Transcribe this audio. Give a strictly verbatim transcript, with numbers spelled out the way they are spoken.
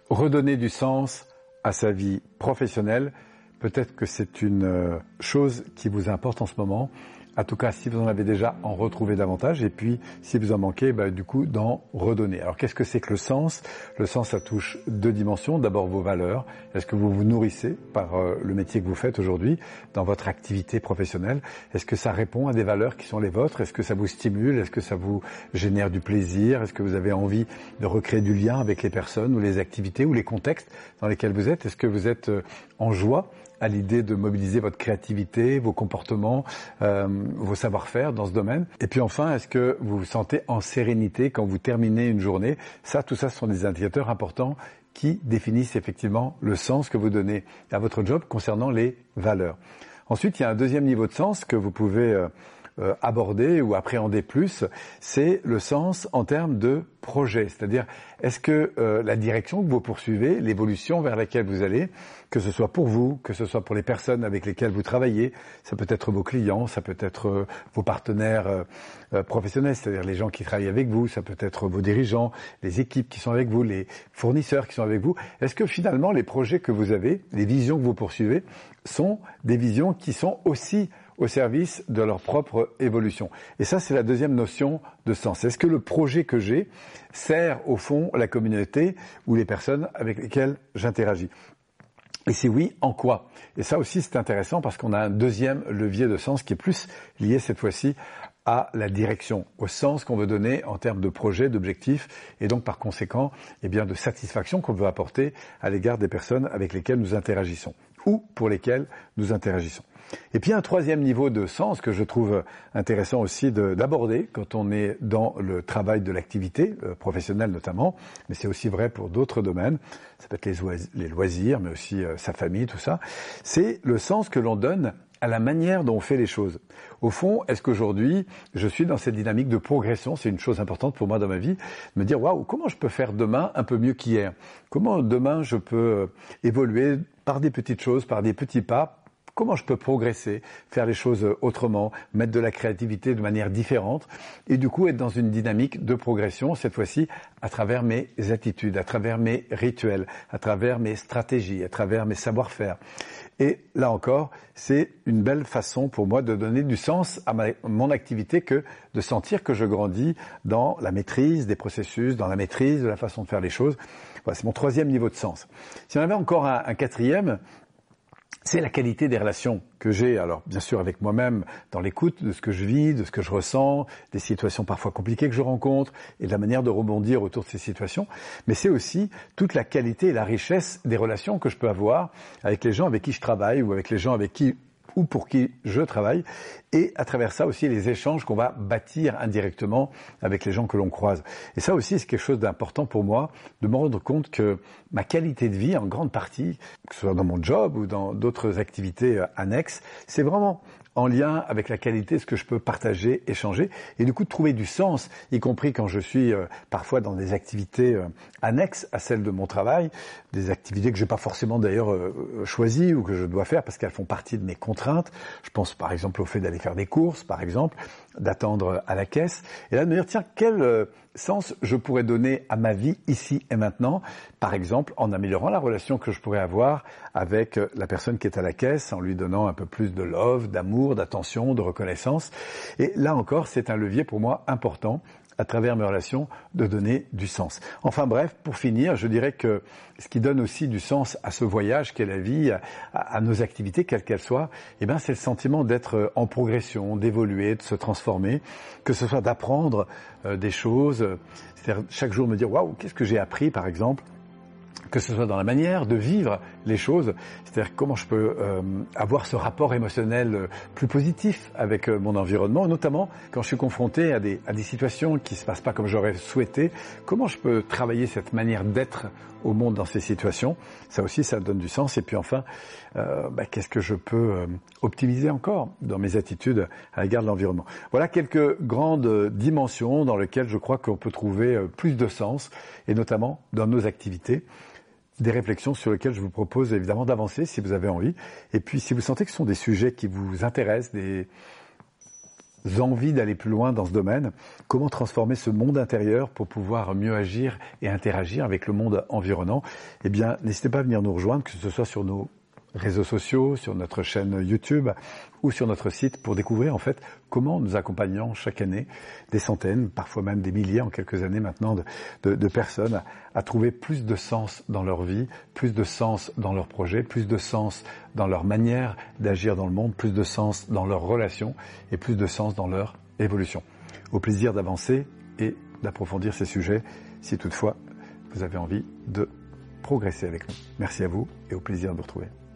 redonner du sens à sa vie professionnelle, peut-être que c'est une chose qui vous importe en ce moment. En tout cas, si vous en avez déjà, en retrouver davantage. Et puis, si vous en manquez, bah, du coup, d'en redonner. Alors, qu'est-ce que c'est que le sens? Le sens, ça touche deux dimensions. D'abord, vos valeurs. Est-ce que vous vous nourrissez par euh, le métier que vous faites aujourd'hui, dans votre activité professionnelle? Est-ce que ça répond à des valeurs qui sont les vôtres? Est-ce que ça vous stimule? Est-ce que ça vous génère du plaisir? Est-ce que vous avez envie de recréer du lien avec les personnes ou les activités ou les contextes dans lesquels vous êtes? Est-ce que vous êtes euh, en joie à l'idée de mobiliser votre créativité, vos comportements, euh, vos savoir-faire dans ce domaine? Et puis enfin, est-ce que vous vous sentez en sérénité quand vous terminez une journée? Ça, tout ça, ce sont des indicateurs importants qui définissent effectivement le sens que vous donnez à votre job concernant les valeurs. Ensuite, il y a un deuxième niveau de sens que vous pouvez euh, euh, aborder ou appréhender plus, c'est le sens en termes de projet. C'est-à-dire, est-ce que euh, la direction que vous poursuivez, l'évolution vers laquelle vous allez, que ce soit pour vous, que ce soit pour les personnes avec lesquelles vous travaillez, ça peut être vos clients, ça peut être euh, vos partenaires euh, euh, professionnels, c'est-à-dire les gens qui travaillent avec vous, ça peut être vos dirigeants, les équipes qui sont avec vous, les fournisseurs qui sont avec vous. Est-ce que finalement les projets que vous avez, les visions que vous poursuivez, sont des visions qui sont aussi au service de leur propre évolution? Et ça, c'est la deuxième notion de sens. Est-ce que le projet que j'ai sert au fond la communauté ou les personnes avec lesquelles j'interagis? Et si oui, en quoi? Et ça aussi, c'est intéressant parce qu'on a un deuxième levier de sens qui est plus lié cette fois-ci à la direction, au sens qu'on veut donner en termes de projet, d'objectifs, et donc par conséquent, eh bien, de satisfaction qu'on veut apporter à l'égard des personnes avec lesquelles nous interagissons ou pour lesquelles nous interagissons. Et puis un troisième niveau de sens que je trouve intéressant aussi de, d'aborder quand on est dans le travail de l'activité euh, professionnelle notamment, mais c'est aussi vrai pour d'autres domaines, ça peut être les, ois- les loisirs, mais aussi euh, sa famille, tout ça, c'est le sens que l'on donne à la manière dont on fait les choses. Au fond, est-ce qu'aujourd'hui, je suis dans cette dynamique de progression? C'est une chose importante pour moi dans ma vie, de me dire, waouh, comment je peux faire demain un peu mieux qu'hier? Comment demain je peux évoluer par des petites choses, par des petits pas? Comment je peux progresser, faire les choses autrement, mettre de la créativité de manière différente et du coup être dans une dynamique de progression, cette fois-ci à travers mes attitudes, à travers mes rituels, à travers mes stratégies, à travers mes savoir-faire. Et là encore, c'est une belle façon pour moi de donner du sens à, ma, à mon activité que de sentir que je grandis dans la maîtrise des processus, dans la maîtrise de la façon de faire les choses. Voilà, c'est mon troisième niveau de sens. Si on avait encore un, un quatrième, c'est la qualité des relations que j'ai, alors bien sûr avec moi-même, dans l'écoute de ce que je vis, de ce que je ressens, des situations parfois compliquées que je rencontre et de la manière de rebondir autour de ces situations. Mais c'est aussi toute la qualité et la richesse des relations que je peux avoir avec les gens avec qui je travaille ou avec les gens avec qui ou pour qui je travaille, et à travers ça aussi les échanges qu'on va bâtir indirectement avec les gens que l'on croise. Et ça aussi, c'est quelque chose d'important pour moi, de me rendre compte que ma qualité de vie, en grande partie, que ce soit dans mon job ou dans d'autres activités annexes, c'est vraiment en lien avec la qualité de ce que je peux partager, échanger, et du coup de trouver du sens, y compris quand je suis euh, parfois dans des activités euh, annexes à celles de mon travail, des activités que je n'ai pas forcément d'ailleurs euh, choisies ou que je dois faire parce qu'elles font partie de mes contraintes. Je pense par exemple au fait d'aller faire des courses, par exemple, d'attendre à la caisse, et là de me dire, tiens, quel euh, sens je pourrais donner à ma vie ici et maintenant, par exemple en améliorant la relation que je pourrais avoir avec la personne qui est à la caisse, en lui donnant un peu plus de love, d'amour, d'attention, de reconnaissance. Et là encore, c'est un levier pour moi important à travers mes relations de donner du sens. Enfin bref, pour finir, je dirais que ce qui donne aussi du sens à ce voyage qu'est la vie, à, à nos activités, quelles qu'elles soient, eh ben c'est le sentiment d'être en progression, d'évoluer, de se transformer, que ce soit d'apprendre euh, des choses, c'est-à-dire chaque jour me dire waouh, qu'est-ce que j'ai appris par exemple, que ce soit dans la manière de vivre les choses, c'est-à-dire comment je peux euh, avoir ce rapport émotionnel euh, plus positif avec euh, mon environnement, notamment quand je suis confronté à des, à des situations qui ne se passent pas comme j'aurais souhaité, comment je peux travailler cette manière d'être au monde dans ces situations. Ça aussi, ça donne du sens. Et puis enfin, euh, bah, qu'est-ce que je peux euh, optimiser encore dans mes attitudes à l'égard de l'environnement. Voilà quelques grandes dimensions dans lesquelles je crois qu'on peut trouver euh, plus de sens, et notamment dans nos activités. Des réflexions sur lesquelles je vous propose évidemment d'avancer si vous avez envie. Et puis si vous sentez que ce sont des sujets qui vous intéressent, des envies d'aller plus loin dans ce domaine, comment transformer ce monde intérieur pour pouvoir mieux agir et interagir avec le monde environnant, eh bien, n'hésitez pas à venir nous rejoindre, que ce soit sur nos réseaux sociaux, sur notre chaîne YouTube ou sur notre site pour découvrir en fait comment nous accompagnons chaque année des centaines, parfois même des milliers en quelques années maintenant de, de, de personnes à trouver plus de sens dans leur vie, plus de sens dans leurs projets, plus de sens dans leur manière d'agir dans le monde, plus de sens dans leurs relations et plus de sens dans leur évolution. Au plaisir d'avancer et d'approfondir ces sujets si toutefois vous avez envie de progresser avec nous. Merci à vous et au plaisir de vous retrouver.